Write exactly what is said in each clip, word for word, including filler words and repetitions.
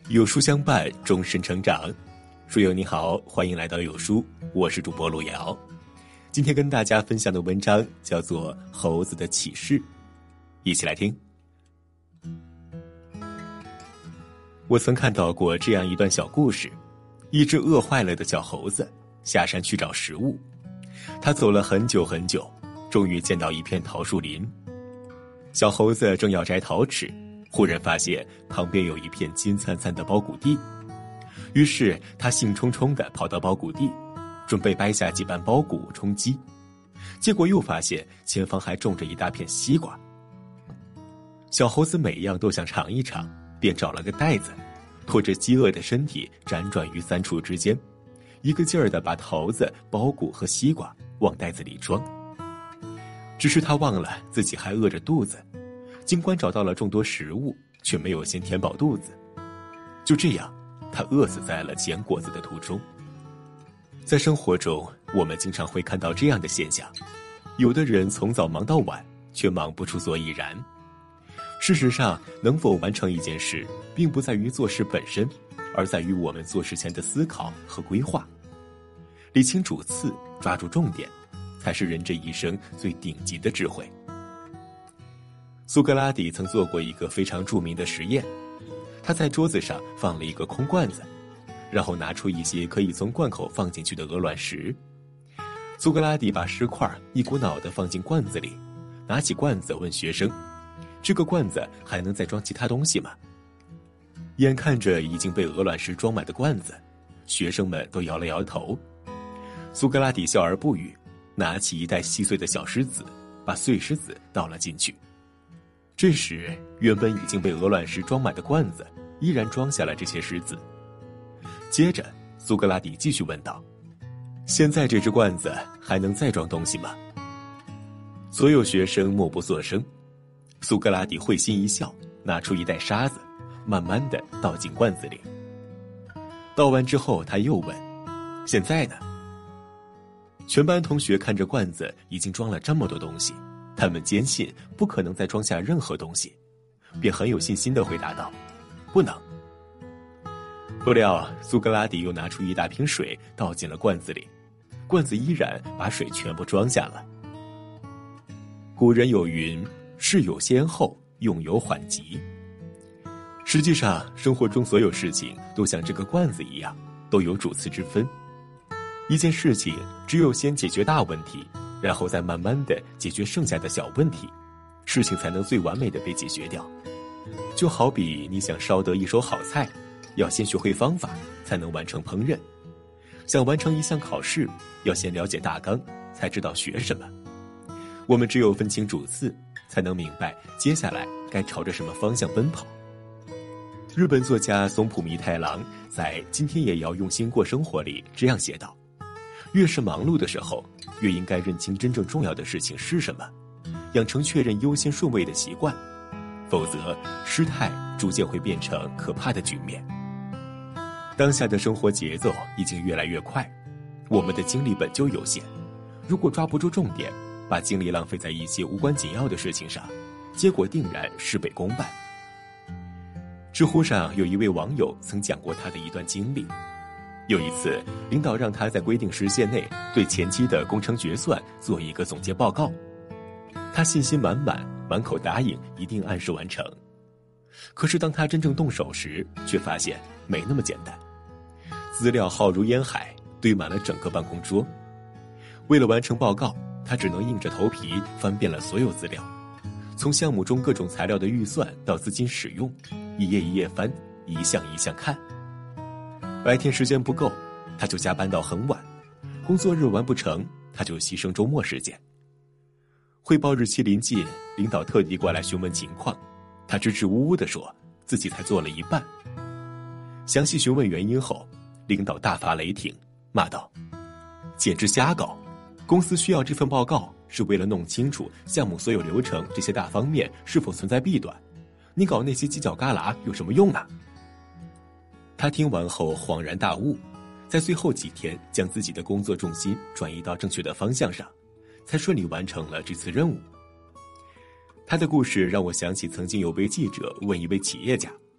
有书相伴，终身成长。书友你好，欢迎来到有书，我是主播路遥。今天跟大家分享的文章叫做《猴子的启示》，一起来听。我曾看到过这样一段小故事，一只饿坏了的小猴子下山去找食物，他走了很久很久，终于见到一片桃树林。小猴子正要摘桃吃，忽然发现旁边有一片金灿灿的苞谷地，于是他兴冲冲地跑到苞谷地，准备掰下几瓣苞谷充饥，结果又发现前方还种着一大片西瓜。小猴子每样都想尝一尝，便找了个袋子，拖着饥饿的身体辗转于三处之间，一个劲儿地把桃子、苞谷和西瓜往袋子里装。只是他忘了自己还饿着肚子，尽管找到了众多食物，却没有先填饱肚子。就这样，他饿死在了捡果子的途中。在生活中，我们经常会看到这样的现象，有的人从早忙到晚，却忙不出所以然。事实上，能否完成一件事，并不在于做事本身，而在于我们做事前的思考和规划。理清主次，抓住重点，才是人这一生最顶级的智慧。苏格拉底曾做过一个非常著名的实验，他在桌子上放了一个空罐子，然后拿出一些可以从罐口放进去的鹅卵石。苏格拉底把石块一股脑地放进罐子里，拿起罐子问学生：“这个罐子还能再装其他东西吗？”眼看着已经被鹅卵石装满的罐子，学生们都摇了摇头。苏格拉底笑而不语，拿起一袋细碎的小石子，把碎石子倒了进去。这时，原本已经被鹅卵石装满的罐子依然装下了这些石子。接着，苏格拉底继续问道：“现在这只罐子还能再装东西吗？”所有学生默不作声。苏格拉底会心一笑，拿出一袋沙子，慢慢地倒进罐子里。倒完之后，他又问：“现在呢？”全班同学看着罐子已经装了这么多东西，他们坚信不可能再装下任何东西，便很有信心地回答道：“不能。”不料苏格拉底又拿出一大瓶水倒进了罐子里，罐子依然把水全部装下了。古人有云：“事有先后，用有缓急。”实际上，生活中所有事情都像这个罐子一样，都有主次之分。一件事情只有先解决大问题，然后再慢慢地解决剩下的小问题，事情才能最完美地被解决掉。就好比你想烧得一手好菜，要先学会方法，才能完成烹饪。想完成一项考试，要先了解大纲，才知道学什么。我们只有分清主次，才能明白接下来该朝着什么方向奔跑。日本作家松浦弥太郎在《今天也要用心过生活》里这样写道：越是忙碌的时候，越应该认清真正重要的事情是什么，养成确认优先顺位的习惯，否则失态逐渐会变成可怕的局面。当下的生活节奏已经越来越快，我们的精力本就有限，如果抓不住重点，把精力浪费在一些无关紧要的事情上，结果定然事倍功半。知乎上有一位网友曾讲过他的一段经历。有一次，领导让他在规定时限内对前期的工程决算做一个总结报告，他信心满满，满口答应一定按时完成。可是当他真正动手时，却发现没那么简单。资料浩如烟海，堆满了整个办公桌。为了完成报告，他只能硬着头皮翻遍了所有资料，从项目中各种材料的预算到资金使用，一页一页翻，一项一项看。白天时间不够，他就加班到很晚，工作日完不成，他就牺牲周末时间。汇报日期临近，领导特地过来询问情况，他支支吾吾地说自己才做了一半。详细询问原因后，领导大发雷霆，骂道：“简直瞎搞！公司需要这份报告是为了弄清楚项目所有流程这些大方面是否存在弊端，你搞那些犄角旮旯有什么用呢？”他听完后恍然大悟，在最后几天将自己的工作重心转移到正确的方向上，才顺利完成了这次任务。他的故事让我想起曾经有位记者问一位企业家：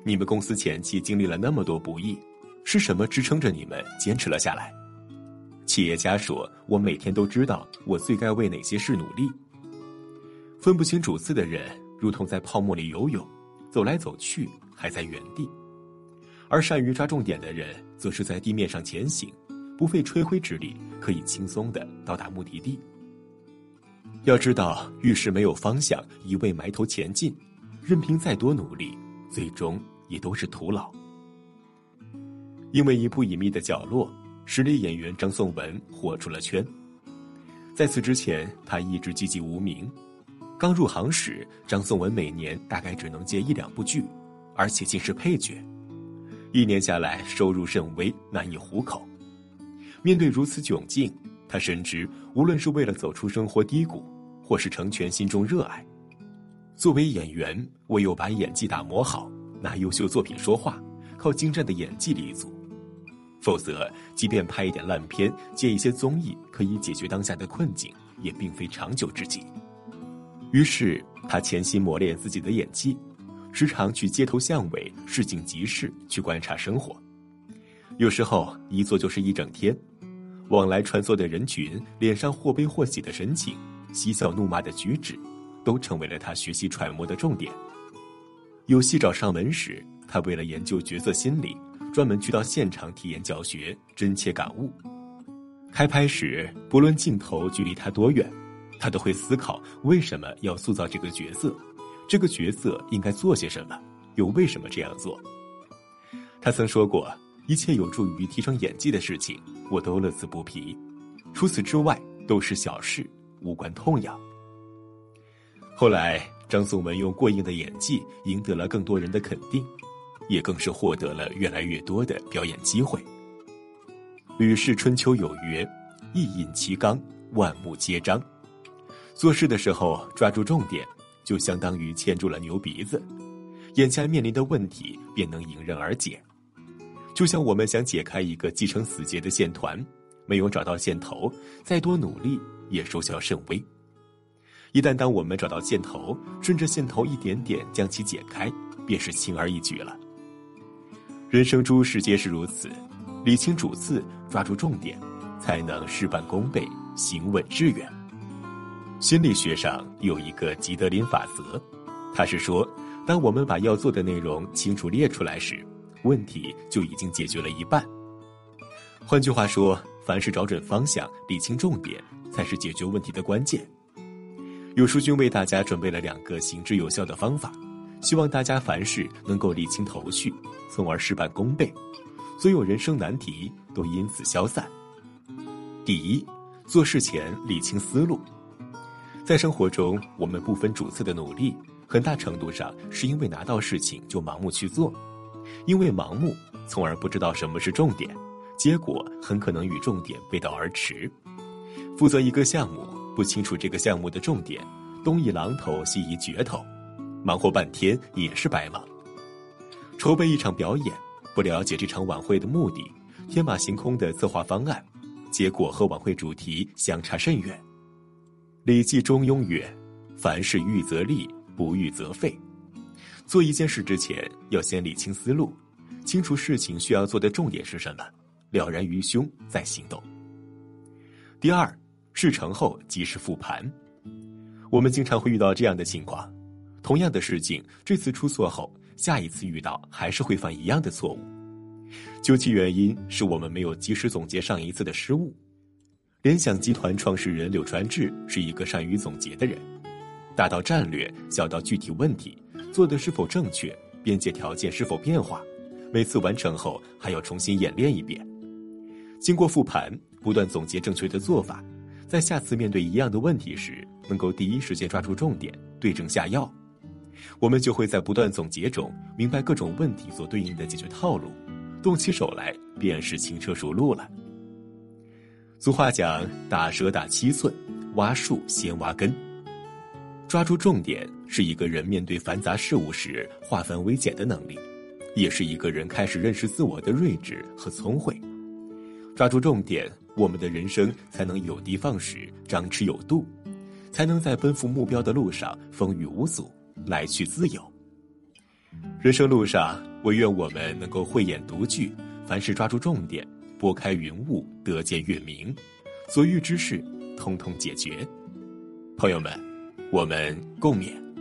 你们公司前期经历了那么多不易，是什么支撑着你们坚持了下来？企业家说，我每天都知道我最该为哪些事努力。分不清主次的人如同在泡沫里游泳，走来走去还在原地，而善于抓重点的人则是在地面上前行，不费吹灰之力可以轻松地到达目的地。要知道，遇事没有方向，一味埋头前进，任凭再多努力，最终也都是徒劳。因为一部隐秘的角落，实力演员张颂文火出了圈。在此之前，他一直寂寂无名。刚入行时，张颂文每年大概只能接一两部剧，而且尽是配角。一年下来，收入甚微，难以糊口。面对如此窘境，他深知，无论是为了走出生活低谷，或是成全心中热爱，作为演员，唯有把演技打磨好，拿优秀作品说话，靠精湛的演技立足。否则，即便拍一点烂片，接一些综艺，可以解决当下的困境，也并非长久之计。于是，他潜心磨练自己的演技，时常去街头巷尾、市井集市去观察生活。有时候一坐就是一整天，往来穿梭的人群，脸上或悲或喜的神情，嬉笑怒骂的举止，都成为了他学习揣摩的重点。有戏找上门时，他为了研究角色心理，专门去到现场体验教学，真切感悟。开拍时，不论镜头距离他多远，他都会思考为什么要塑造这个角色，这个角色应该做些什么，又为什么这样做。他曾说过，一切有助于提升演技的事情，我都乐此不疲，除此之外都是小事，无关痛痒。后来，张颂文用过硬的演技赢得了更多人的肯定，也更是获得了越来越多的表演机会。吕氏春秋有曰，一饮其纲，万目皆张。做事的时候抓住重点，就相当于牵住了牛鼻子，眼下面临的问题便能迎刃而解。就像我们想解开一个系成死结的线团，没有找到线头，再多努力也收效甚微。一旦当我们找到线头，顺着线头一点点将其解开，便是轻而易举了。人生诸事皆是如此，理清主次，抓住重点，才能事半功倍，行稳致远。心理学上有一个吉德林法则，它是说，当我们把要做的内容清楚列出来时，问题就已经解决了一半。换句话说，凡事找准方向，理清重点，才是解决问题的关键。有书君为大家准备了两个行之有效的方法，希望大家凡事能够理清头绪，从而事半功倍，所有人生难题都因此消散。第一，做事前理清思路。在生活中，我们不分主次的努力，很大程度上是因为拿到事情就盲目去做，因为盲目，从而不知道什么是重点，结果很可能与重点背道而驰。负责一个项目，不清楚这个项目的重点，东一榔头西一镢头，忙活半天也是白忙。筹备一场表演，不了解这场晚会的目的，天马行空的策划方案，结果和晚会主题相差甚远。礼记中庸曰，凡事预则立，不预则废。做一件事之前，要先理清思路，清楚事情需要做的重点是什么，了然于胸再行动。第二，事成后及时复盘。我们经常会遇到这样的情况，同样的事情，这次出错后，下一次遇到还是会犯一样的错误。究其原因，是我们没有及时总结上一次的失误。联想集团创始人柳传志是一个善于总结的人，大到战略，小到具体问题，做的是否正确，边界条件是否变化，每次完成后还要重新演练一遍。经过复盘，不断总结正确的做法，在下次面对一样的问题时，能够第一时间抓住重点，对症下药。我们就会在不断总结中，明白各种问题所对应的解决套路，动起手来便是轻车熟路了。俗话讲，打蛇打七寸，挖树先挖根。抓住重点是一个人面对繁杂事物时化繁为简的能力，也是一个人开始认识自我的睿智和聪慧。抓住重点，我们的人生才能有的放矢，张弛有度，才能在奔赴目标的路上风雨无阻，来去自由。 人生路上，我愿我们能够慧眼独具，凡事抓住重点，拨开云雾，得见月明，所遇之事，通通解决。朋友们，我们共勉。